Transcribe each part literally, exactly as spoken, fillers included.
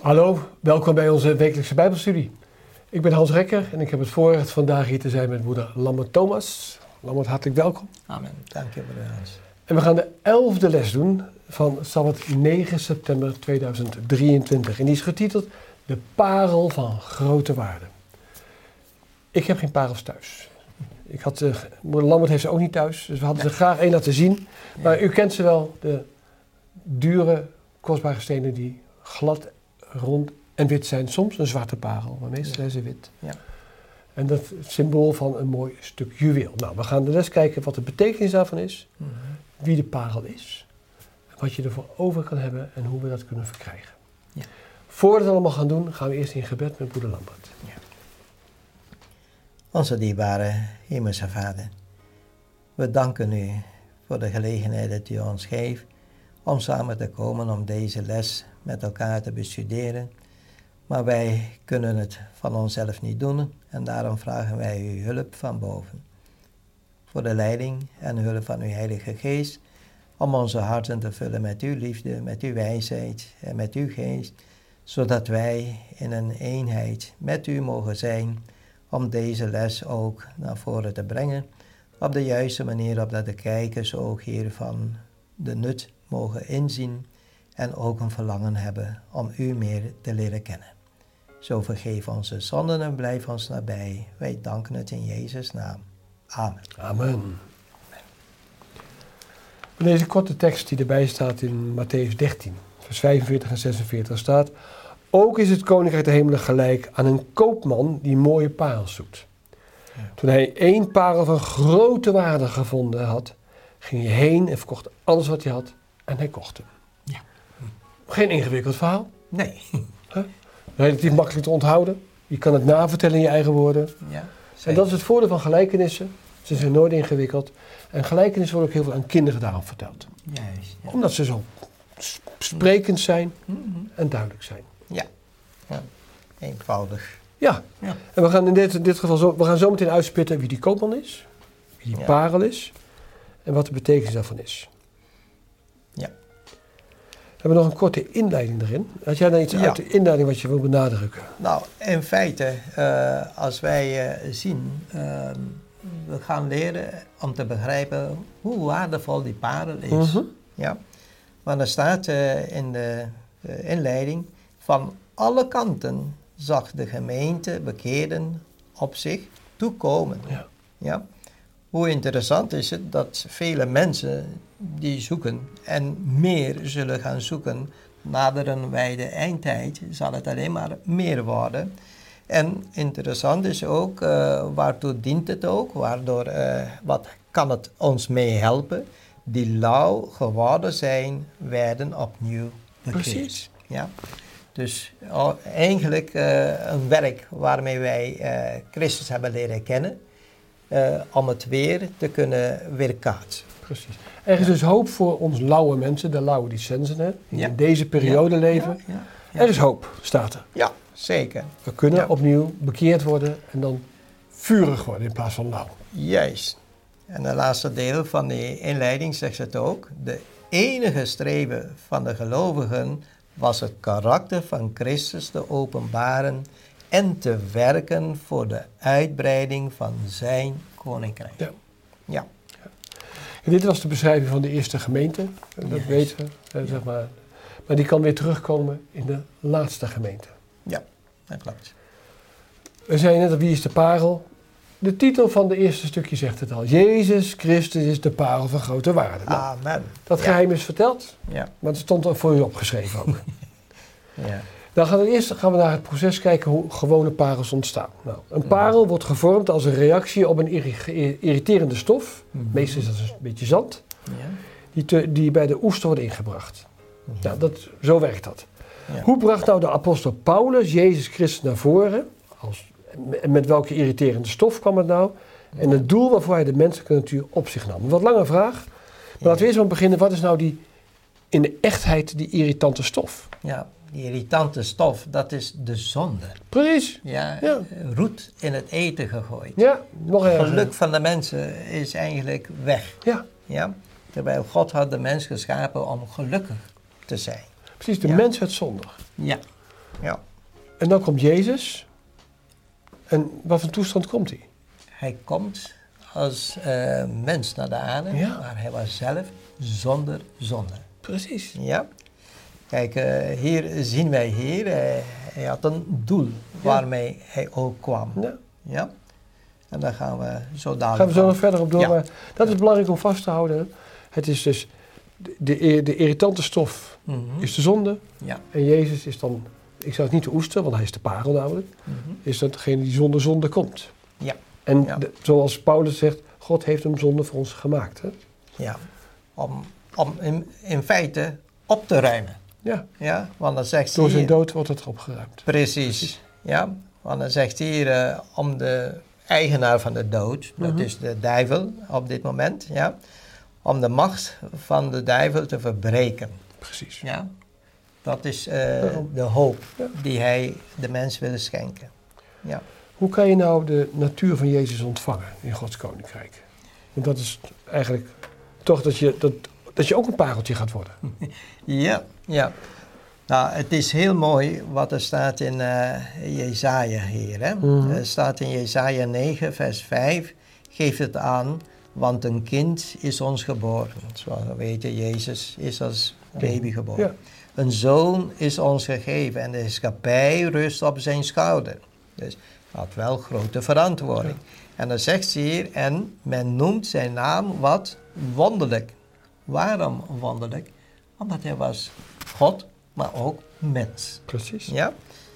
Hallo, welkom bij onze wekelijkse Bijbelstudie. Ik ben Hans Rekker en ik heb het voorrecht vandaag hier te zijn met broeder Lambert Thomas. Lambert, hartelijk welkom. Amen. Dank je, broeder Hans. En we gaan de elfde les doen van Sabbat negen september tweeduizend drieëntwintig. En die is getiteld De Parel van Grote Waarde. Ik heb geen parels thuis. Ik had, uh, broeder Lambert heeft ze ook niet thuis, dus we hadden nee. ze graag één laten zien. Maar u kent ze wel, de dure, kostbare stenen die glad, rond en wit zijn. Soms een zwarte parel, maar meestal zijn ze wit. Ja. En dat is het symbool van een mooi stuk juweel. Nou, we gaan de les kijken wat de betekenis daarvan is, mm-hmm. wie de parel is, wat je ervoor over kan hebben en hoe we dat kunnen verkrijgen. Ja. Voordat we dat allemaal gaan doen, gaan we eerst in gebed met broeder Lambert. Ja. Onze dierbare hemelse Vader, we danken u voor de gelegenheid dat u ons geeft om samen te komen om deze les met elkaar te bestuderen. Maar wij kunnen het van onszelf niet doen en daarom vragen wij uw hulp van boven. Voor de leiding en hulp van uw Heilige Geest, om onze harten te vullen met uw liefde, met uw wijsheid en met uw geest, zodat wij in een eenheid met u mogen zijn, om deze les ook naar voren te brengen, op de juiste manier, opdat de kijkers ook hiervan de nut mogen inzien en ook een verlangen hebben om u meer te leren kennen. Zo vergeef onze zonden en blijf ons nabij. Wij danken het in Jezus' naam. Amen. Amen. In deze korte tekst die erbij staat in Mattheüs dertien, vers vijfenveertig en zesenveertig staat: ook is het koninkrijk der hemelen gelijk aan een koopman die mooie parels zoekt. Ja. Toen hij één parel van grote waarde gevonden had, ging hij heen en verkocht alles wat hij had en hij kocht hem. Ja. Geen ingewikkeld verhaal. Nee. Huh? Relatief makkelijk te onthouden. Je kan het navertellen in je eigen woorden. Ja, en dat is het voordeel van gelijkenissen. Ze zijn nooit ingewikkeld. En gelijkenissen worden ook heel veel aan kinderen daarom verteld. Juist. Ja. Omdat ze zo sprekend zijn mm-hmm. en duidelijk zijn. Ja. Ja. Eenvoudig. Ja. Ja. En we gaan in dit, in dit geval zo, we gaan zo meteen uitspitten wie die koopman is. Wie die ja. parel is. En wat de betekenis daarvan is. Ja. We hebben nog een korte inleiding erin. Had jij dan iets ja. uit de inleiding wat je wil benadrukken? Nou, in feite, uh, als wij uh, zien, uh, we gaan leren om te begrijpen hoe waardevol die parel is. Mm-hmm. Ja? Want er staat uh, in de uh, inleiding, van alle kanten zag de gemeente bekeerden op zich toekomen. Ja. Ja? Hoe interessant is het dat vele mensen die zoeken en meer zullen gaan zoeken, naderen wij de eindtijd, zal het alleen maar meer worden. En interessant is ook, uh, waartoe dient het ook, waardoor, uh, wat kan het ons mee helpen? Die lauw geworden zijn, werden opnieuw bekeerd. Precies. Ja? Dus uh, eigenlijk uh, een werk waarmee wij uh, Christus hebben leren kennen. Uh, om het weer te kunnen weerkaatsen. Precies. Er is ja. dus hoop voor ons lauwe mensen, de lauwe dissensen, hè, die ja. in deze periode ja. leven. Ja. Ja. Ja. Er is hoop, staat er. Ja, zeker. We kunnen ja. opnieuw bekeerd worden en dan vurig worden in plaats van lauw. Juist. En het laatste deel van die inleiding zegt het ook. De enige streven van de gelovigen was het karakter van Christus te openbaren en te werken voor de uitbreiding van zijn koninkrijk. Ja. Ja. En dit was de beschrijving van de eerste gemeente, dat yes. weten we, ja. zeg maar. Maar die kan weer terugkomen in de laatste gemeente. Ja, dat klopt. We zeiden net, wie is de parel? De titel van het eerste stukje zegt het al. Jezus Christus is de parel van grote waarde. Nou, Amen. Dat geheim ja. is verteld, ja. maar het stond er voor u opgeschreven ook. ja. Dan gaan we eerst gaan we naar het proces kijken hoe gewone parels ontstaan. Nou, een parel wordt gevormd als een reactie op een irriterende stof. Mm-hmm. Meestal is dat een beetje zand. Ja. Die, te, die bij de oester wordt ingebracht. Mm-hmm. Nou, dat, zo werkt dat. Ja. Hoe bracht nou de apostel Paulus Jezus Christus naar voren? Als, met welke irriterende stof kwam het nou? Mm-hmm. En het doel waarvoor hij de menselijke natuur op zich nam. Een wat lange vraag. Maar ja. laten we eerst maar beginnen. Wat is nou die, in de echtheid die irritante stof? Ja. Die irritante stof, dat is de zonde. Precies. Ja, ja. Roet in het eten gegooid. Ja, nog erger. Het geluk van de mensen is eigenlijk weg. Ja. Ja. Terwijl God had de mens geschapen om gelukkig te zijn. Precies, de ja. mens werd zondig. Ja. Ja. En dan komt Jezus. En wat voor toestand komt hij? Hij komt als uh, mens naar de aarde, ja. maar hij was zelf zonder zonde. Precies. Ja. Kijk, uh, hier zien wij hier, uh, hij had een doel ja. waarmee hij ook kwam. Ja. ja. En daar gaan we zo dadelijk Gaan we zo nog verder op door, ja. maar dat is belangrijk om vast te houden. Het is dus, de, de, de irritante stof mm-hmm. is de zonde. Ja. En Jezus is dan, ik zou het niet de oester, want hij is de parel namelijk, mm-hmm. is dat degene die zonder zonde komt. Ja. En ja. de, zoals Paulus zegt, God heeft hem zonde voor ons gemaakt. Hè? Ja, om, om in, in feite op te ruimen. Ja. Ja, want dan zegt Door zijn hier, dood wordt het opgeruimd. Precies. Precies. Ja, want dan zegt hier uh, om de eigenaar van de dood, mm-hmm. dat is de duivel op dit moment, ja, om de macht van de duivel te verbreken. Precies. Ja, dat is uh, de hoop ja. die hij de mens wil schenken. Ja. Hoe kan je nou de natuur van Jezus ontvangen in Gods Koninkrijk? Want dat is eigenlijk toch dat je, dat, dat je ook een pareltje gaat worden. Ja, ja. Nou, het is heel mooi wat er staat in uh, Jesaja hier. Hè? Mm-hmm. Er staat in Jesaja negen, vers vijf, geeft het aan, want een kind is ons geboren. Zoals we weten, Jezus is als baby geboren. Ja. Een zoon is ons gegeven en de heerschappij rust op zijn schouder. Dus had wel grote verantwoording. Ja. En dan zegt ze hier, en men noemt zijn naam wat wonderlijk. Waarom wonderlijk? Omdat hij was God, maar ook mens. Precies. Ja?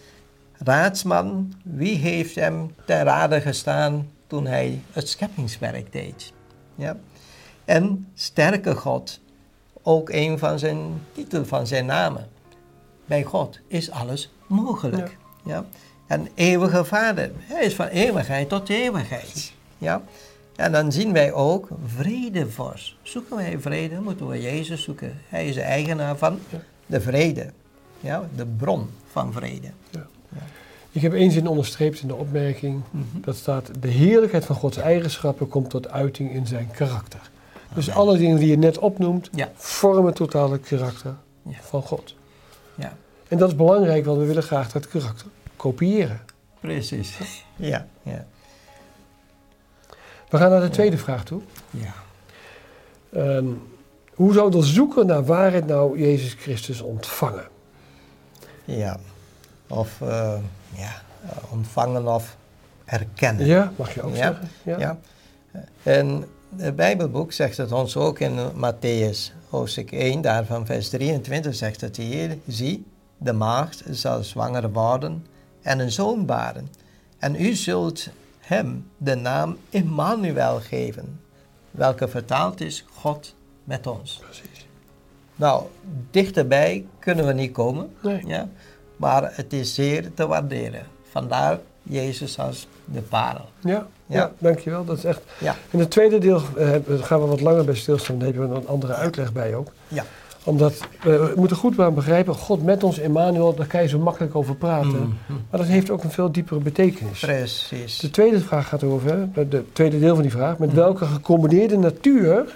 Raadsman, wie heeft hem ter rade gestaan toen hij het scheppingswerk deed? Ja? En sterke God, ook een van zijn titel van zijn namen. Bij God is alles mogelijk. Ja? Ja? En eeuwige Vader, hij is van eeuwigheid tot eeuwigheid. Ja? En dan zien wij ook vredevorst. Zoeken wij vrede, moeten we Jezus zoeken. Hij is de eigenaar van ja. de vrede. Ja, de bron van vrede. Ja. Ja. Ik heb één zin onderstreept in de opmerking. Mm-hmm. Dat staat, de heerlijkheid van Gods eigenschappen komt tot uiting in zijn karakter. Amen. Dus alle dingen die je net opnoemt, ja. vormen totaal het karakter ja. van God. Ja. En dat is belangrijk, want we willen graag dat karakter kopiëren. Precies. Ja, ja. We gaan naar de tweede ja. vraag toe. Ja. Um, hoe zou de zoeker naar waarheid nou Jezus Christus ontvangen? Ja, of uh, ja, ontvangen of herkennen. Ja, mag je ook ja. zeggen. Ja. Ja. En het Bijbelboek zegt het ons ook in Matthäus, hoofdstuk één, daarvan vers drieëntwintig zegt het hier. Zie, de maagd zal zwanger worden en een zoon baren. En u zult hem de naam Immanuel geven, welke vertaald is God met ons. Precies. Nou, dichterbij kunnen we niet komen, nee. ja, maar het is zeer te waarderen. Vandaar Jezus als de parel. Ja, ja. ja dankjewel. Dat is echt. Ja. In het tweede deel uh, gaan we wat langer bij stilstaan, daar hebben we een andere uitleg bij ook. Ja. Omdat, we moeten goed maar begrijpen, God met ons, Immanuel, daar kan je zo makkelijk over praten. Mm-hmm. Maar dat heeft ook een veel diepere betekenis. Precies. De tweede vraag gaat over, het tweede deel van die vraag, met mm. welke gecombineerde natuur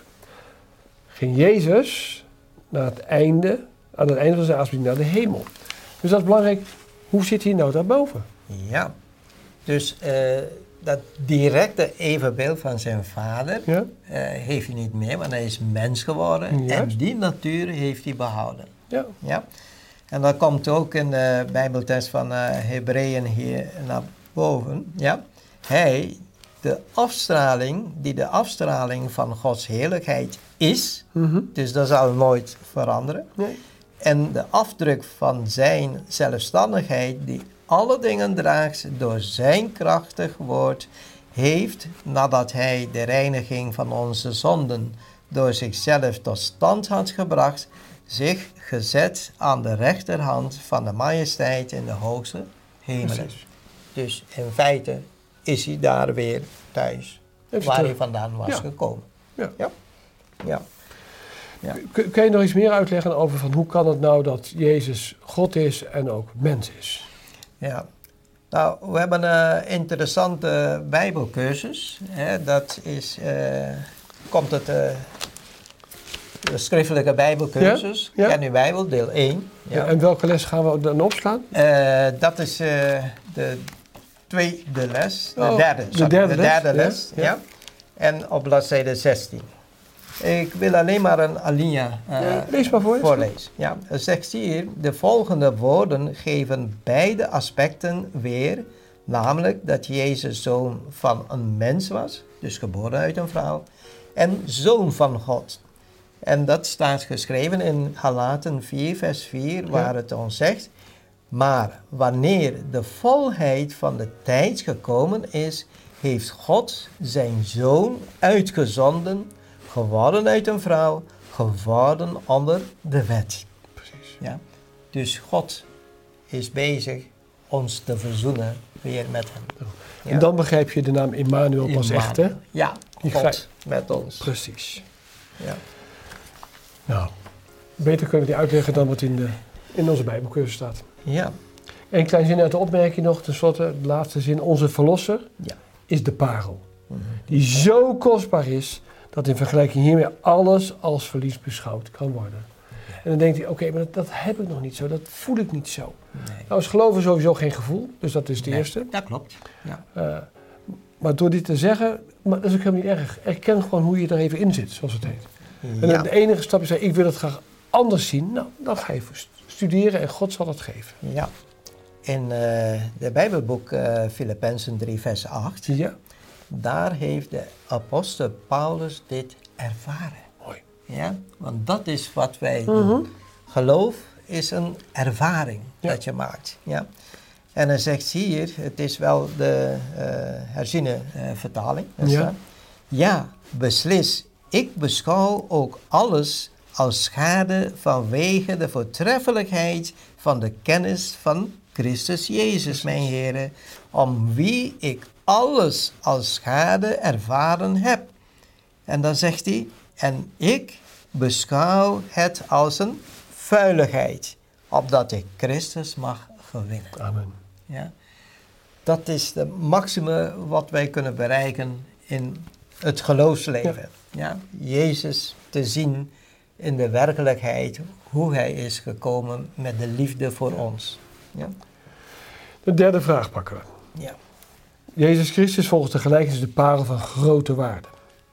ging Jezus naar het einde, aan het einde van zijn aanspraak naar de hemel. Dus dat is belangrijk, hoe zit hij nou daarboven? Ja, dus uh, dat directe evenbeeld van zijn vader ja? uh, heeft hij niet meer, want hij is mens geworden. Juist. En die natuur heeft hij behouden. Ja. Ja? En dat komt ook in de Bijbeltekst van uh, Hebreeën hier naar boven. Ja? Hij, de afstraling, die de afstraling van Gods heerlijkheid is, mm-hmm. dus dat zal nooit veranderen. Nee. En de afdruk van zijn zelfstandigheid, die alle dingen draagt door zijn krachtig woord, heeft, nadat hij de reiniging van onze zonden door zichzelf tot stand had gebracht, zich gezet aan de rechterhand van de majesteit in de hoogste hemelen. Precies. Dus in feite is hij daar weer thuis, waar terug. hij vandaan was ja. gekomen. Ja. Ja. Ja. Ja. Kun, kun je nog iets meer uitleggen over van hoe kan het nou dat Jezus God is en ook mens is? Ja, nou, we hebben een interessante Bijbelcursus. Hè, dat is, uh, komt het uh, de schriftelijke Bijbelcursus. Ja? Ja? Ken uw Bijbel, deel één. Ja. En welke les gaan we dan opslaan? Uh, dat is uh, de tweede les. De oh, derde, sorry, de derde de derde les. les. Ja? Ja. En op bladzijde zestien. Ik wil alleen maar een alinea uh, ja, lees maar voor, voorlezen. Ja, er zegt hier, de volgende woorden geven beide aspecten weer. Namelijk dat Jezus zoon van een mens was, dus geboren uit een vrouw, en zoon van God. En dat staat geschreven in Galaten vier, vers vier, waar ja. het ons zegt. Maar wanneer de volheid van de tijd gekomen is, heeft God zijn zoon uitgezonden, geworden uit een vrouw, geworden onder de wet. Precies. Ja? Dus God is bezig ons te verzoenen weer met hem. Ja. En dan begrijp je de naam Immanuel pas echt, hè? Ja, God grijp... met ons. Precies. Ja. Nou, beter kunnen we die uitleggen dan wat in, de, in onze Bijbelcursus staat. Ja. Een klein zin uit de opmerking nog, tenslotte, de laatste zin. Onze verlosser ja. is de parel. Mm-hmm. Die zo kostbaar is, dat in vergelijking hiermee alles als verlies beschouwd kan worden. Ja. En dan denkt hij, oké, okay, maar dat, dat heb ik nog niet zo, dat voel ik niet zo. Nee. Nou is geloven sowieso geen gevoel, dus dat is de nee, eerste. Dat klopt. Ja. Uh, maar door dit te zeggen, maar dat is ook helemaal niet erg. Erken gewoon hoe je er even in zit, zoals het heet. En ja. de enige stap is, ik wil het graag anders zien. Nou, dan ga je studeren en God zal het geven. Ja. In uh, de Bijbelboek uh, Filippenzen drie vers acht, ja. daar heeft de apostel Paulus dit ervaren. Mooi. Ja? Want dat is wat wij mm-hmm. doen. Geloof is een ervaring ja. dat je maakt. Ja? En hij zegt hier, het is wel de uh, herziene uh, vertaling. Ja. ja, beslis. Ik beschouw ook alles als schade vanwege de voortreffelijkheid van de kennis van Christus Jezus, mijn Heere, om wie ik alles als schade ervaren heb. En dan zegt hij, en ik beschouw het als een vuiligheid, opdat ik Christus mag gewinnen. Amen. Ja? Dat is het maximum wat wij kunnen bereiken in het geloofsleven. Ja. Ja? Jezus te zien in de werkelijkheid, hoe hij is gekomen met de liefde voor ja. ons. Ja? De derde vraag pakken we. Ja. Jezus Christus volgens de gelijkenis de parel van grote waarde.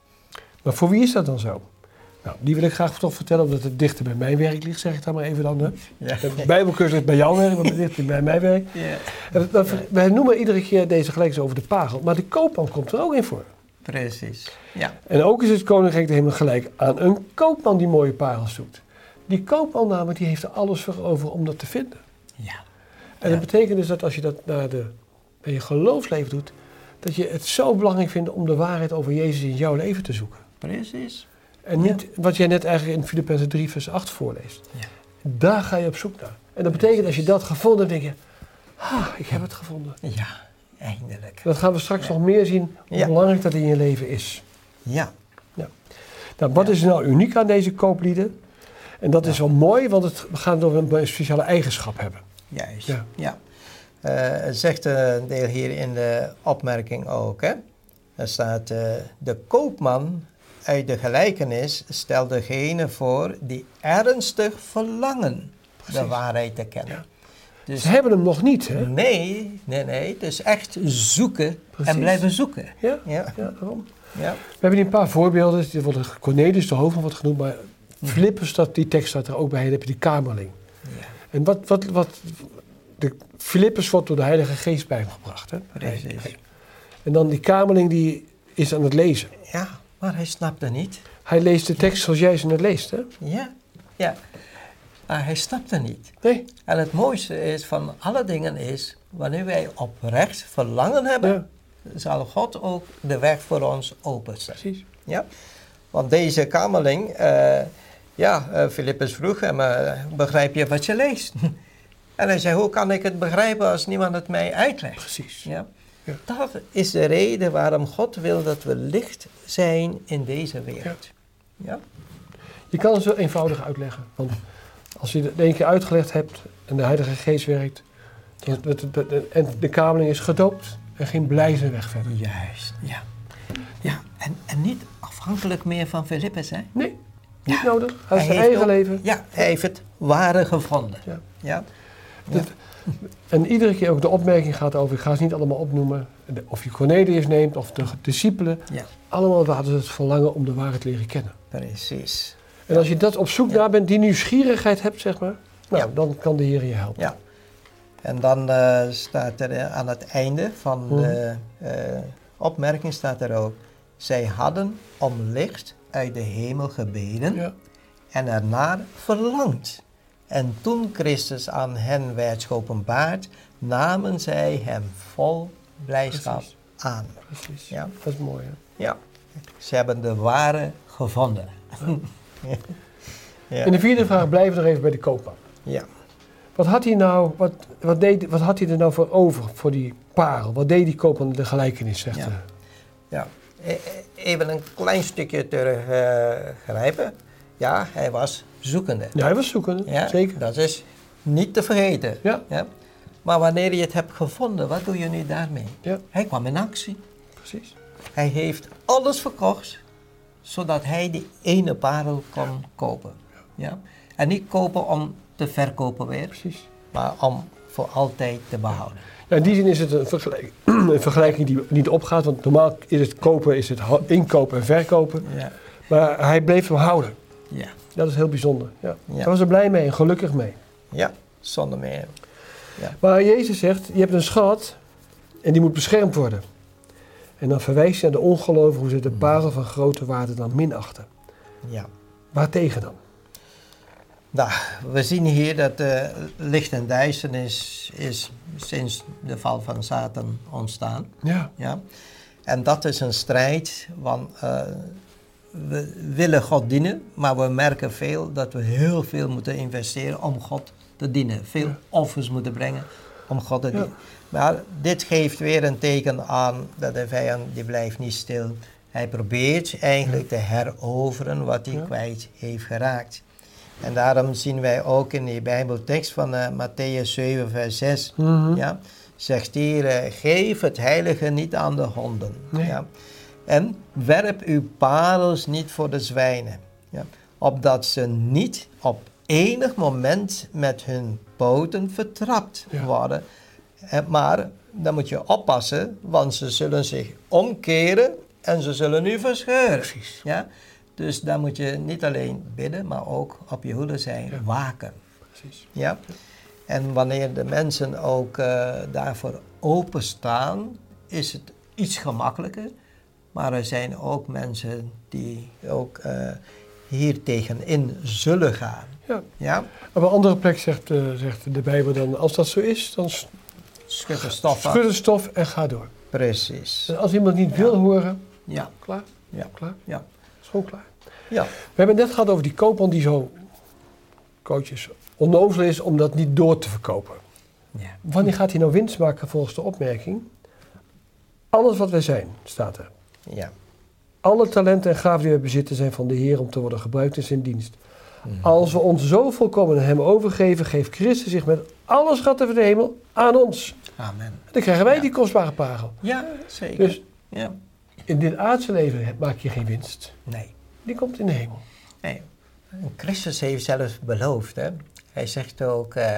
Maar voor wie is dat dan zo? Nou, die wil ik graag toch vertellen, omdat het dichter bij mijn werk ligt, zeg ik dan maar even dan. Hè? Ja. De Bijbelcursus ligt bij jouw werk, maar het ligt bij mijn werk. Ja. Wij noemen iedere keer deze gelijkenis over de parel, maar de koopman komt er ook in voor. Precies, ja. En ook is het koninkrijk helemaal gelijk aan een koopman die mooie parels zoekt. Die koopman namelijk, die heeft er alles voor over om dat te vinden. Ja. En dat ja. betekent dus dat als je dat naar, de, naar je geloofsleven doet, dat je het zo belangrijk vindt om de waarheid over Jezus in jouw leven te zoeken. Precies. En niet ja. wat jij net eigenlijk in Filippenzen drie vers acht voorleest. Ja. Daar ga je op zoek naar. En dat betekent als je dat gevonden hebt, denk je, ah, ik heb het gevonden. Ja, eindelijk. Dat gaan we straks ja. nog meer zien, hoe ja. belangrijk dat in je leven is. Ja. ja. Nou, wat ja. is nou uniek aan deze kooplieden? En dat ja. is wel mooi, want het, we gaan door een speciale eigenschap hebben. Juist, ja. ja. Uh, het zegt een deel hier in de opmerking ook, hè. Er staat, uh, de koopman uit de gelijkenis stelt degene voor die ernstig verlangen Precies. de waarheid te kennen. Ja. Dus, Ze hebben hem nog niet, hè? Nee, nee, nee. Het is echt zoeken Precies. en blijven zoeken. Ja, ja. ja daarom. Ja. We hebben hier een paar voorbeelden. Cornelius, de hoofdman, wordt genoemd, maar Filippus, staat, die tekst staat er ook bij. Dan heb je die kamerling. Ja. En wat, wat, wat de Filippus wordt door de Heilige Geest bijgebracht, hè? Precies. En dan die kamerling die is aan het lezen. Ja, maar hij snapt het niet. Hij leest de tekst zoals jij ze net leest, hè? Ja, ja. Maar hij snapt het niet. Nee. En het mooiste is van alle dingen is, wanneer wij oprecht verlangen hebben, ja. zal God ook de weg voor ons openstellen. Precies. Ja? Want deze kamerling, uh, ja, uh, Filippus vroeg hem, uh, begrijp je wat je leest? En hij zei, hoe kan ik het begrijpen als niemand het mij uitlegt? Precies. Ja? Ja. Dat is de reden waarom God wil dat we licht zijn in deze wereld. Ja? Ja? Je kan het zo eenvoudig uitleggen. Want als je het één keer uitgelegd hebt en de Heilige Geest werkt, ja. dat, dat, dat, en de kamerling is gedoopt en ging blij zijn weg verder. Juist, ja. Ja, en, en niet afhankelijk meer van Filippus, hè? Nee. Niet Ja. nodig. Hij heeft Hij zijn heeft eigen ook- leven. Ja, hij heeft het ware gevonden. Ja. Ja. Dat- En iedere keer ook de opmerking gaat over, ik ga ze niet allemaal opnoemen, de- of je Cornelius neemt of de discipelen. Ja, Allemaal hadden ze het verlangen om de waarheid te leren kennen. precies. En als je dat op zoek Ja. naar bent, die nieuwsgierigheid hebt, zeg maar, nou, Ja. dan kan de Heer je helpen. Ja. En dan eh, staat er eh, aan het einde van de eh, opmerking staat er ook, zij hadden om licht uit de hemel gebeden Ja. en ernaar verlangd. En toen Christus aan hen werd geopenbaard, namen zij hem vol blijdschap Precies. aan. Precies. Ja. Dat is mooi, hè? Ja, ze hebben de ware gevonden. Ja. In de vierde vraag blijven we nog even bij de koopman. Ja. Wat had hij nou, wat, wat, deed, wat had hij er nou voor over, voor die parel? Wat deed die koopman in de gelijkenis, zegt Ja. hij? Ja, E- e- even een klein stukje teruggrijpen. ja, hij was zoekende. Ja, hij was zoekende, Ja, zeker. dat is niet te vergeten. Ja. Ja. Maar wanneer je het hebt gevonden, wat doe je nu daarmee? Ja, Hij kwam in actie. precies. Hij heeft alles verkocht, zodat hij die ene parel kon kopen. Ja. En niet kopen om te verkopen weer, Precies. maar om voor altijd te behouden. Ja, in die zin is het een vergelijking, een vergelijking die niet opgaat, want normaal is het kopen, is het ho- inkopen en verkopen. Ja. Maar hij bleef hem houden. Ja. Dat is heel bijzonder. Ja. Ja. Hij was er blij mee en gelukkig mee. Ja, zonder meer. Maar Jezus zegt, je hebt een schat en die moet beschermd worden. En dan verwijst hij naar de ongelovigen hoe ze de parel van grote waarde dan minachten. Ja. Waartegen dan? Nou, we zien hier dat uh, licht en duisternis is sinds de val van Satan ontstaan. Ja, Ja? En dat is een strijd, want uh, we willen God dienen, maar we merken veel dat we heel veel moeten investeren om God te dienen. Veel Ja. offers moeten brengen om God te Ja. dienen. Maar dit geeft weer een teken aan dat de vijand die blijft niet stil. Hij probeert eigenlijk te heroveren wat hij Ja. kwijt heeft geraakt. En daarom zien wij ook in die Bijbeltekst van uh, Mattheüs zeven vers zes, Mhm. ja, zegt hier, uh, geef het heilige niet aan de honden. Nee. Ja. En werp uw parels niet voor de zwijnen, ja, opdat ze niet op enig moment met hun poten vertrapt Ja. worden. Eh, Maar dan moet je oppassen, want ze zullen zich omkeren en ze zullen u verscheuren. Precies. Ja? Dus dan moet je niet alleen bidden, maar ook op je hoede zijn, Ja. waken. Precies. Ja? En wanneer de mensen ook uh, daarvoor openstaan, is het iets gemakkelijker. Maar er zijn ook mensen die ook uh, hier tegenin zullen gaan. Ja. Ja? Op een andere plek zegt, uh, zegt de Bijbel dan, als dat zo is, dan s- Schud de stof af. schud de stof en ga door. Precies. En als iemand niet wil horen, Ja. klaar, Ja. klaar, Ja. is gewoon klaar. Ja. We hebben het net gehad over die koopman die zo, coaches, onnozel is om dat niet door te verkopen. Ja. Wanneer gaat hij nou winst maken volgens de opmerking? Alles wat wij zijn, staat er. Ja. Alle talenten en gaven die we bezitten zijn van de Heer om te worden gebruikt in zijn dienst. Mhm. Als we ons zo volkomen aan hem overgeven, geeft Christus zich met alle schatten van de hemel aan ons. Amen. Dan krijgen wij Ja. die kostbare parel. Ja, zeker. Dus Ja. in dit aardse leven maak je geen winst. Nee. Die komt in de hemel. Nee. Christus heeft zelfs beloofd, hè. Hij zegt ook, uh,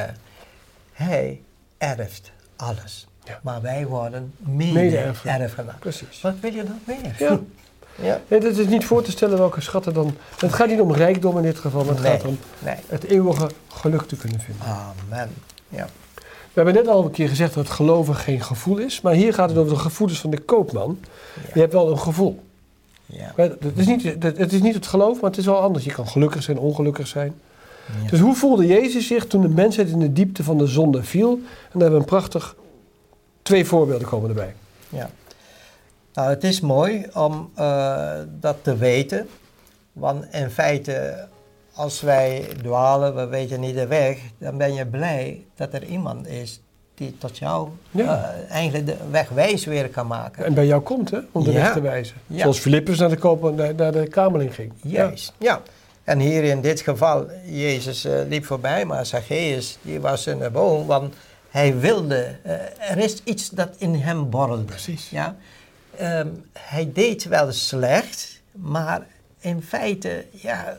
hij erft alles. Ja. Maar wij worden Mede-erfgenaam. mede-erfgenaam. Precies. Wat wil je nog meer? Ja. Ja. Nee, het is niet voor te stellen welke schatten dan... Het gaat niet om rijkdom in dit geval, maar het Nee. gaat om Nee. het eeuwige geluk te kunnen vinden. Amen. Ja. We hebben net al een keer gezegd dat geloven geen gevoel is. Maar hier gaat het over de gevoelens van de koopman. Ja. Je hebt wel een gevoel. Ja. Maar Het is, niet, het is niet het geloof, maar het is wel anders. Je kan gelukkig zijn, ongelukkig zijn. Ja. Dus hoe voelde Jezus zich toen de mensheid in de diepte van de zonde viel? En daar hebben we een prachtig... Twee voorbeelden komen erbij. Ja. Nou, het is mooi om uh, dat te weten. Want in feite, als wij dwalen, we weten niet de weg, dan ben je blij dat er iemand is die tot jou Ja. uh, eigenlijk de weg wijs weer kan maken. En bij jou komt, hè, om de Ja. weg te wijzen. Ja. Zoals Filippus naar de, koopman, naar, naar de kamerling ging. Juist, ja. En hier in dit geval, Jezus uh, liep voorbij, maar Zacchaeus, die was in de boom, want hij wilde, uh, er is iets dat in hem borrelde. Precies. Ja? Um, hij deed wel slecht, maar in feite, ja,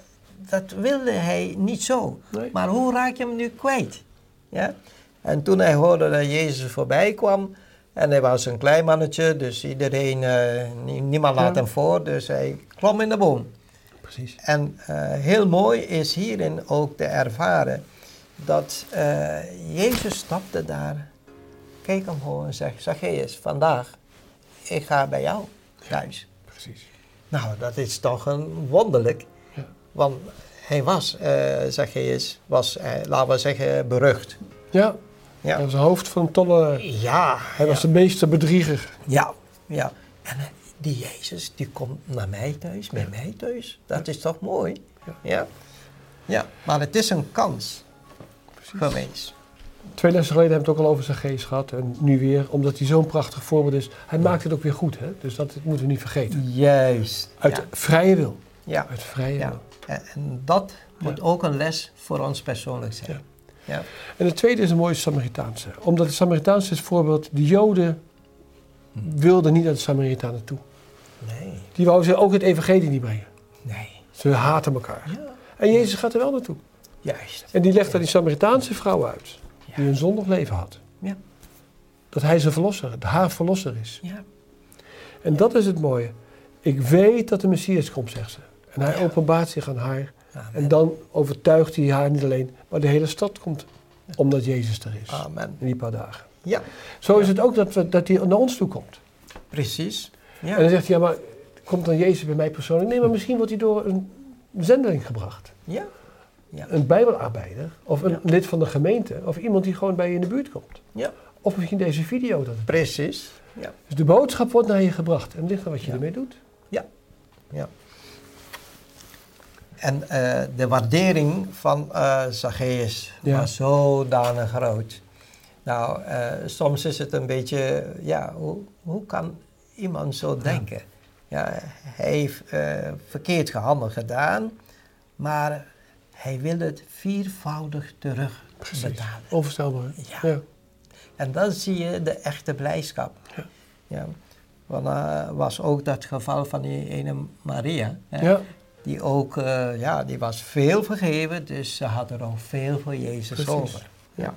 dat wilde hij niet zo. Nee. Maar hoe raak je hem nu kwijt? Ja? En toen hij hoorde dat Jezus voorbij kwam, en hij was een klein mannetje, dus iedereen, uh, niemand laat Ja. hem voor, dus hij klom in de boom. Precies. En uh, heel mooi is hierin ook te ervaren dat uh, Jezus stapte daar, keek omhoog en zegt, Zacchaeus, vandaag, ik ga bij jou thuis. Precies. Nou, dat is toch een wonderlijk, Ja. want hij was, uh, Zacchaeus, was, uh, laten we zeggen, berucht. Ja, Ja. hij was het hoofd van een tolle... Ja. Hij was de meeste bedrieger. Ja, ja. En uh, die Jezus, die komt naar mij thuis, bij mij thuis. Dat is toch mooi? Ja. Ja. Ja, maar het is een kans Precies. geweest. Twee lessen geleden hebben we het ook al over Zacchaeus gehad. En nu weer, omdat hij zo'n prachtig voorbeeld is. Hij maakt het ook weer goed, hè? Dus dat moeten we niet vergeten. Juist. Uit ja. vrije wil. Ja. Uit vrije Ja. wil. En, en dat moet Ja. ook een les voor ons persoonlijk zijn. Ja. Ja. En het tweede is een mooie Samaritaanse. Omdat het Samaritaanse is het voorbeeld, de Joden wilden niet naar de Samaritanen toe. Nee. Die wouden ze ook het evangelie niet brengen. Nee. Ze haten elkaar. Ja. En Jezus gaat er wel naartoe. Juist. En die legt aan die Samaritaanse vrouw uit, Ja. die een zondig leven had. Ja. Dat hij zijn verlosser, haar verlosser is. Ja. En dat is het mooie. Ik weet dat de Messias komt, zegt ze. En hij Ja. openbaart zich aan haar. Amen. En dan overtuigt hij haar niet alleen, maar de hele stad komt. Omdat Jezus er is. Amen. In die paar dagen. Ja. Zo is het ook dat, we, dat hij naar ons toe komt. Precies. Ja. En dan zegt hij, ja maar komt dan Jezus bij mij persoonlijk? Nee, maar misschien wordt hij door een zendeling gebracht. Ja. Ja. Een bijbelarbeider. Of een Ja. lid van de gemeente. Of iemand die gewoon bij je in de buurt komt. Ja. Of misschien deze video. Dat het... Precies. Ja. Dus de boodschap wordt naar je gebracht. En het ligt aan wat je Ja. ermee doet. Ja. Ja. En uh, de waardering van uh, Zacchaeus Ja. was zodanig groot. Nou, uh, soms is het een beetje, ja, hoe, hoe kan iemand zo denken? Ja, hij heeft uh, verkeerd gehandeld gedaan, maar hij wil het viervoudig terug betalen. Onvoorstelbaar. Ja. Ja. En dan zie je de echte blijdschap. Ja. Ja. Want uh, was ook dat geval van die ene Maria. Hè? Ja. Die ook, uh, ja, die was veel vergeven, dus ze had er ook veel voor Jezus Precies. over. Ja.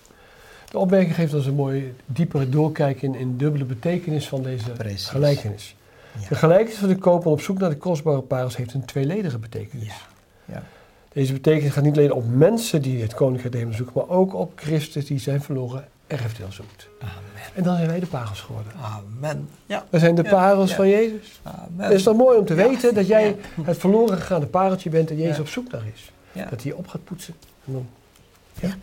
De opmerking geeft ons een mooi diepere doorkijk in, in de dubbele betekenis van deze Precies. gelijkenis. Ja. De gelijkenis van de koopman op zoek naar de kostbare parels heeft een tweeledige betekenis. Ja. Ja. Deze betekenis gaat niet alleen op mensen die het koninkrijk nemen zoeken, maar ook op Christus die zijn verloren erfdeel zoekt. Amen. En dan zijn wij de parels geworden. Amen. Ja. We zijn de Ja. parels Ja. van Jezus. Amen. Het is toch mooi om te Ja. weten dat jij Ja. het verloren gegaane pareltje bent en Jezus Ja. op zoek naar is. Ja. Dat hij je op gaat poetsen. En dan, Ja.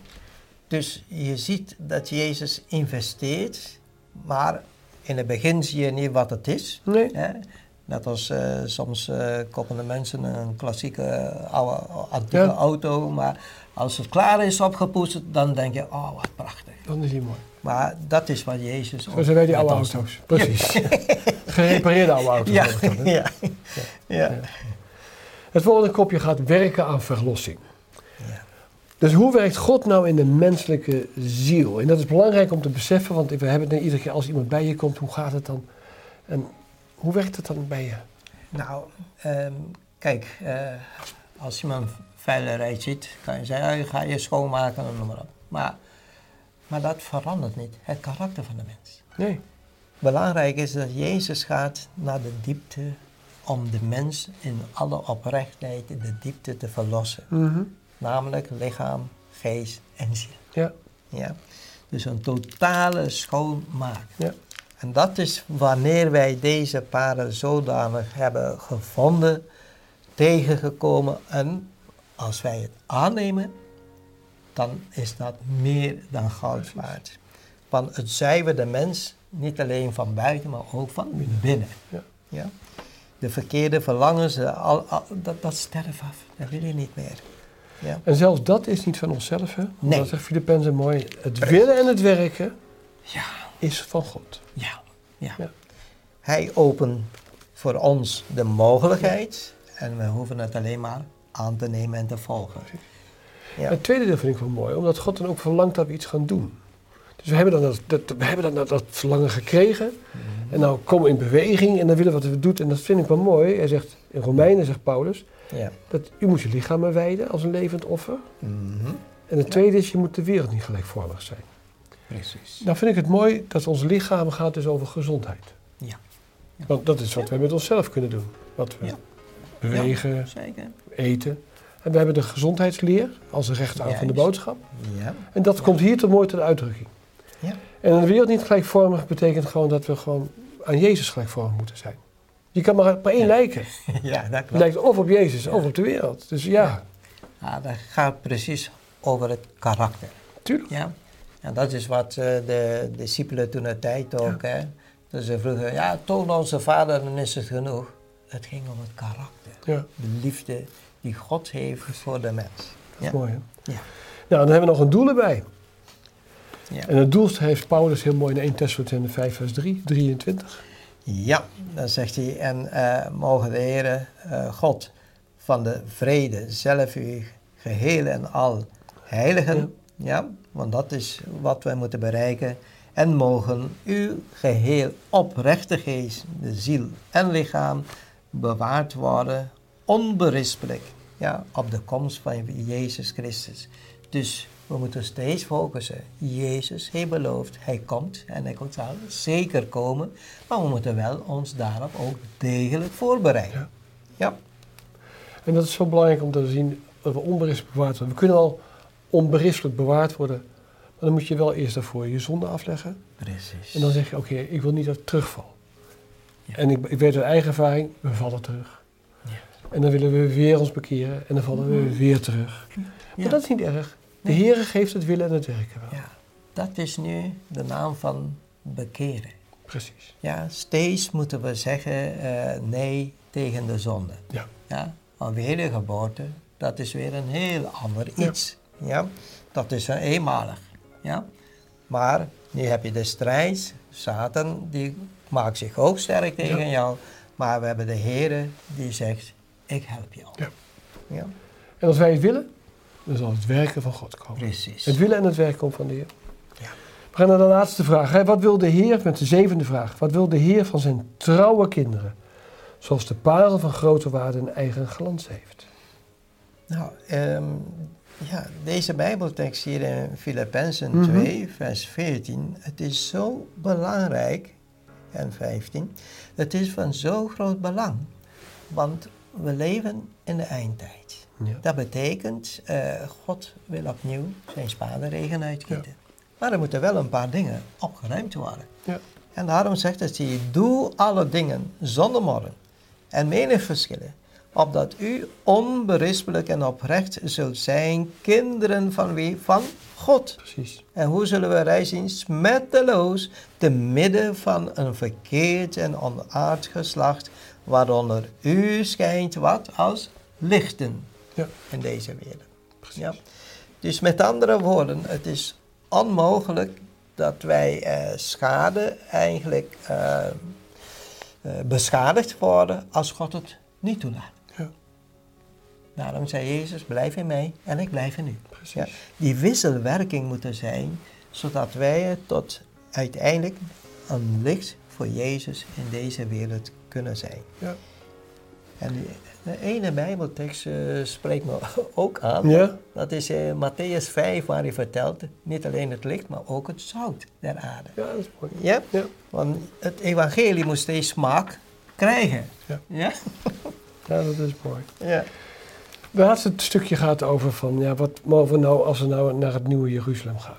Dus je ziet dat Jezus investeert, maar in het begin zie je niet wat het is. nee. Hè? Net als uh, soms uh, kopen de mensen een klassieke uh, oude, antieke Ja. auto, maar als het klaar is opgepoetst, dan denk je, oh wat prachtig. Dan is hij mooi. Maar dat is wat Jezus ook Zo zijn wij die met oude ons auto's. Precies. Gerepareerde oude auto's. Ja, heb ik dan, hè? ja, ja. Ja. Het volgende kopje gaat werken aan verlossing. Ja. Dus hoe werkt God nou in de menselijke ziel? En dat is belangrijk om te beseffen, want we hebben het net iedere keer als iemand bij je komt, hoe gaat het dan? En hoe werkt het dan bij je? Nou, um, kijk, uh, als iemand veiligheid ziet, kan je zeggen, oh, ga je schoonmaken en noem maar op. Maar, maar dat verandert niet, het karakter van de mens. Nee. Belangrijk is dat Jezus gaat naar de diepte om de mens in alle oprechtheid in de diepte te verlossen. Mm-hmm. Namelijk lichaam, geest en ziel. Ja. Ja? Dus een totale schoonmaak. Ja. En dat is wanneer wij deze paren zodanig hebben gevonden, tegengekomen. En als wij het aannemen, dan is dat meer dan goud waard. Want het zuivert de mens niet alleen van buiten, maar ook van binnen. Ja. Ja? De verkeerde verlangens, al, al, dat, dat sterft af. Dat wil je niet meer. Ja. En zelfs dat is niet van onszelf, hè? Nee. Dat zegt Filippenzen mooi. Het willen en het werken Ja. is van God. Ja. Ja. Ja. Hij opent voor ons de mogelijkheid en we hoeven het alleen maar aan te nemen en te volgen. Ja. Het tweede deel vind ik wel mooi, omdat God dan ook verlangt dat we iets gaan doen. Dus we hebben dan dat, dat, we hebben dan dat, dat verlangen gekregen. Mm-hmm. En nou komen we in beweging en dan willen we wat we doen. En dat vind ik wel mooi. Hij zegt, In Romeinen zegt Paulus Ja. dat u moet je lichamen wijden als een levend offer. Mhm. En het tweede is, je moet de wereld niet gelijkvormig zijn. Precies. Nou vind ik het mooi dat ons lichaam gaat dus over gezondheid. Ja. Ja. Want dat is wat wij met onszelf kunnen doen. Wat we Ja. bewegen, Ja, zeker. eten. En we hebben de gezondheidsleer als een rechterarm van de Juist. boodschap. Ja. En dat Ja. komt hier te mooi tot uitdrukking. Ja. En een wereld niet gelijkvormig betekent gewoon dat we gewoon aan Jezus gelijkvormig moeten zijn. Je kan maar op één Ja. lijken. Ja, dat Het klopt. lijkt of op Jezus Ja. of op de wereld. Dus ja, Ja, dat gaat precies over het karakter. tuurlijk. Ja. En dat is wat uh, de discipelen toen de tijd ook, hè. Dus ze vroegen, ja, toon onze vader, dan is het genoeg. Het ging om het karakter. Ja, De liefde die God heeft voor de mens. dat is mooi hè. Ja. Nou, dan hebben we nog een doel erbij. Ja. En het doel heeft Paulus heel mooi in Eerste Thessalonicenzen vijf vers drie, drieëntwintig. Ja, dan zegt hij, en uh, mogen de Heere uh, God van de vrede zelf u geheel en al heiligen. Ja. Ja, want dat is wat wij moeten bereiken. En mogen uw geheel oprechte geest, de ziel en lichaam bewaard worden, onberispelijk, ja, op de komst van Jezus Christus. Dus we moeten steeds focussen. Jezus heeft beloofd, hij komt en hij zal zeker komen, maar we moeten wel ons daarop ook degelijk voorbereiden. Ja. Ja. En dat is zo belangrijk om te zien dat we onberispelijk bewaard worden. We kunnen al onberispelijk bewaard worden, maar dan moet je wel eerst daarvoor je zonde afleggen. Precies. En dan zeg je, oké, okay, ik wil niet dat ik terugval. Ja. En ik, ik weet uit eigen ervaring, we vallen terug. Ja. En dan willen we weer ons bekeren en dan vallen we weer terug. Ja. Maar dat is niet erg. De Nee. Heere geeft het willen en het werken wel. Ja, dat is nu de naam van bekeren. Precies. Ja, steeds moeten we zeggen uh, nee tegen de zonde. Ja. Ja, een wedergeboorte, dat is weer een heel ander iets. Ja. Ja, dat is een eenmalig. Ja, maar nu heb je de strijd. Satan die maakt zich ook sterk tegen ja. jou, maar we hebben de Heere die zegt: ik help jou. Ja. Ja. En als wij het willen, dan zal het werken van God komen. Precies. Het willen en het werken komt van de Heer. Ja. We gaan naar de laatste vraag. Hè. Wat wil de Heer, met de zevende vraag, wat wil de Heer van zijn trouwe kinderen, zoals de parel van grote waarde een eigen glans heeft? Nou, um, ja, deze Bijbeltekst hier in Filippenzen Mm-hmm. twee, vers veertien, het is zo belangrijk, en vijftien, het is van zo groot belang, want we leven in de eindtijd. Ja. Dat betekent, uh, God wil opnieuw zijn spadenregen uitgieten. Ja. Maar er moeten wel een paar dingen opgeruimd worden. Ja. En daarom zegt het hier, doe alle dingen zonder morren en menig verschillen, opdat u onberispelijk en oprecht zult zijn, kinderen van wie? Van God. Precies. En hoe zullen we reizen? Smetteloos, te midden van een verkeerd en onaard geslacht, waaronder u schijnt wat? Als lichten Ja. in deze wereld. Precies. Ja. Dus met andere woorden, het is onmogelijk dat wij uh, schade eigenlijk uh, uh, beschadigd worden als God het niet toelaat. Ja. Daarom zei Jezus, blijf in mij en ik blijf in u. Precies. Ja. Die wisselwerking moet er zijn, zodat wij tot uiteindelijk een licht voor Jezus in deze wereld kunnen zijn. Ja. En die, de ene Bijbeltekst uh, spreekt me ook aan. Ja. Dat is uh, Matthäus vijf, waar hij vertelt, niet alleen het licht, maar ook het zout der aarde. Ja, dat is mooi. Ja? Ja. Want het evangelie moet steeds smaak krijgen. Ja. Ja? Ja, dat is mooi. Ja. Het laatste stukje gaat over van, ja, wat mogen we nou als we nou naar het nieuwe Jeruzalem gaan?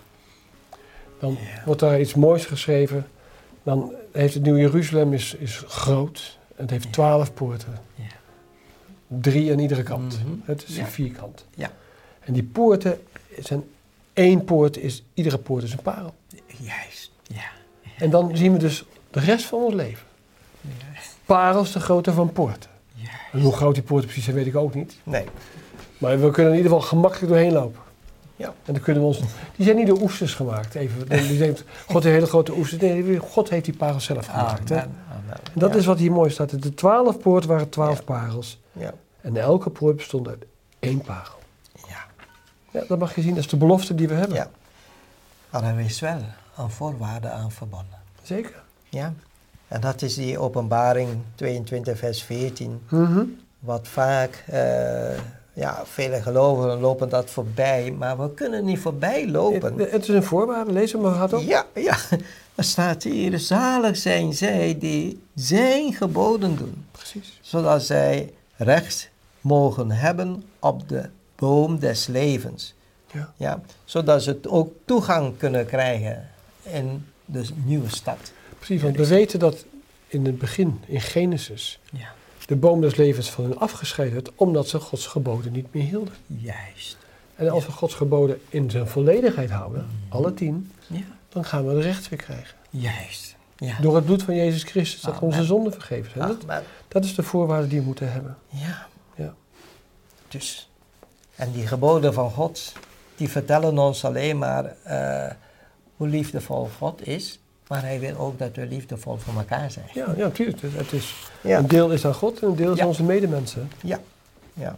Dan Ja. wordt daar iets moois geschreven. Dan heeft het nieuwe Jeruzalem is, is groot. Het heeft Ja. twaalf poorten. Ja. Drie aan iedere kant. Mhm. Het is Ja. een vierkant. Ja. En die poorten zijn één poort, is, iedere poort is een parel. Juist. Ja. En dan zien we dus de rest van ons leven. Ja. Parels de grootte van poorten. Ja. En hoe groot die poorten precies zijn, weet ik ook niet. Nee. Maar we kunnen in ieder geval gemakkelijk doorheen lopen. Ja. En dan kunnen we ons... Die zijn niet door oesters gemaakt. Even. Die denkt, God heeft hele grote oesters. Nee, God heeft die parels zelf gemaakt. Hè? Amen. Amen. En dat Ja. is wat hier mooi staat. De twaalf poorten waren twaalf Ja. parels. Ja. En elke poort bestond uit één parel. Ja. Ja, dat mag je zien. Dat is de belofte die we hebben. Ja. Maar er is wel een voorwaarde aan verbonden. Zeker. Ja. En dat is die Openbaring tweeëntwintig vers veertien. Mm-hmm. Wat vaak, uh, ja, vele gelovigen lopen dat voorbij, maar we kunnen niet voorbij lopen. Het, het is een voorwaarde, lees hem maar hardop. Ja, ja, er staat hier, zalig zijn zij die zijn geboden doen. Precies. Zodat zij recht mogen hebben op de boom des levens. Ja. Ja, zodat ze ook toegang kunnen krijgen in de nieuwe stad. Precies, want we weten dat in het begin, in Genesis, ja. de boom des levens van hen afgescheiden werd, omdat ze Gods geboden niet meer hielden. Juist. En als we Gods geboden in zijn volledigheid houden, mm-hmm. alle tien, ja. dan gaan we de recht weer krijgen. Juist. Ja. Door het bloed van Jezus Christus, dat Amen. onze zonden vergeven zijn. Dat, dat is de voorwaarde die we moeten hebben. Ja. ja. Dus, en die geboden van God, die vertellen ons alleen maar uh, hoe liefdevol God is. Maar hij wil ook dat we liefdevol voor elkaar zijn. Ja, ja natuurlijk. Het is, ja. Een deel is aan God en een deel is ja. aan onze medemensen. Ja, ja.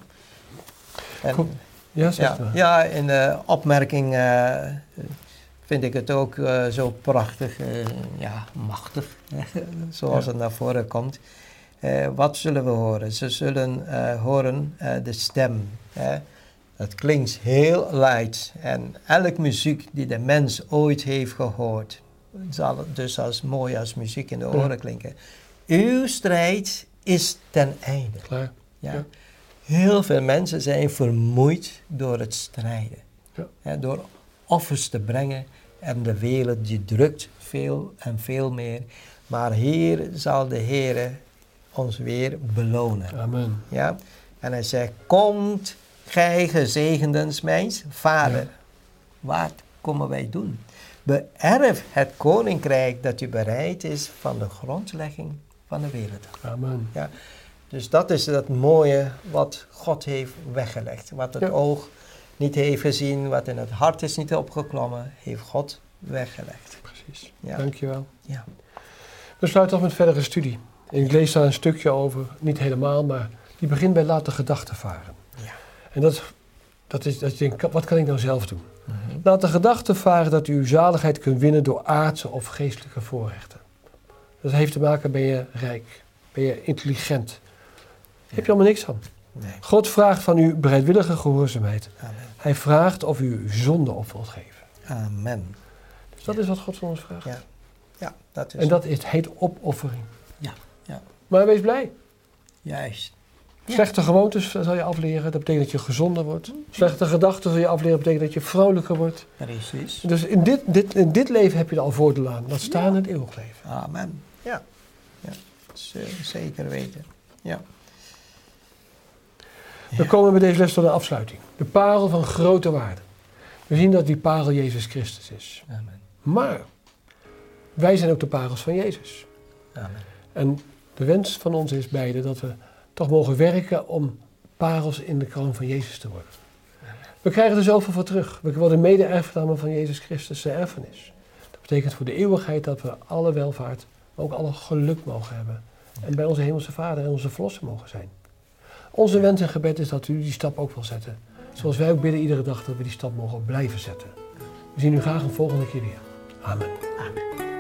En, ja, zeg ja, maar. ja, in de opmerking uh, vind ik het ook uh, zo prachtig, uh, ja, machtig, zoals ja. het naar voren komt. Uh, wat zullen we horen? Ze zullen uh, horen uh, de stem. Hè? Het klinkt heel luid en elke muziek die de mens ooit heeft gehoord, zal dus als mooi als muziek in de oren ja. klinken. Uw strijd is ten einde. Klaar. Ja. Ja. Heel veel mensen zijn vermoeid door het strijden. Ja. Ja, door offers te brengen en de wereld die drukt veel en veel meer. Maar hier zal de Heer ons weer belonen. Amen. Ja? En hij zegt, komt gij gezegenden mijns vader. Ja. Wat komen wij doen? Beërf het koninkrijk dat u bereid is van de grondlegging van de wereld. Amen. Ja? Dus dat is het mooie wat God heeft weggelegd. Wat het ja. oog niet heeft gezien, wat in het hart is niet opgeklommen, heeft God weggelegd. Precies. Ja. Dankjewel. Ja. We sluiten af met verdere studie. En ik lees daar een stukje over, niet helemaal, maar die begint bij laat de gedachten varen. Ja. En dat, dat is, dat je denkt, wat kan ik nou zelf doen? Mm-hmm. Laat de gedachten varen dat u uw zaligheid kunt winnen door aardse of geestelijke voorrechten. Dat heeft te maken, ben je rijk, ben je intelligent. Daar heb je allemaal niks aan. Nee. God vraagt van u bereidwillige gehoorzaamheid. Amen. Hij vraagt of u uw zonde op wilt geven. Amen. Dus dat ja. is wat God van ons vraagt. Ja, ja dat is En dat is, heet opoffering. Ja. Ja. Maar wees blij. Juist. Ja. Slechte gewoontes zal je afleren, dat betekent dat je gezonder wordt. Slechte gedachten zal je afleren, dat betekent dat je vrolijker wordt. Precies. Dus in dit, dit, in dit leven heb je er al voordeel aan. Dat staan in het eeuwig leven. Amen. Ja, ja. Zeker weten. Ja. We komen bij deze les tot een afsluiting. De parel van grote waarde. We zien dat die parel Jezus Christus is. Amen. Maar wij zijn ook de parels van Jezus. Amen. En de wens van ons is beide dat we toch mogen werken om parels in de kroon van Jezus te worden. Amen. We krijgen er zoveel voor terug. We worden mede-erfgenamen van Jezus Christus, zijn erfenis. Dat betekent voor de eeuwigheid dat we alle welvaart, maar ook alle geluk mogen hebben. En bij onze hemelse Vader en onze verlosser mogen zijn. Onze wens en gebed is dat u die stap ook wil zetten. Zoals wij ook bidden iedere dag dat we die stap mogen blijven zetten. We zien u graag een volgende keer weer. Amen. Amen.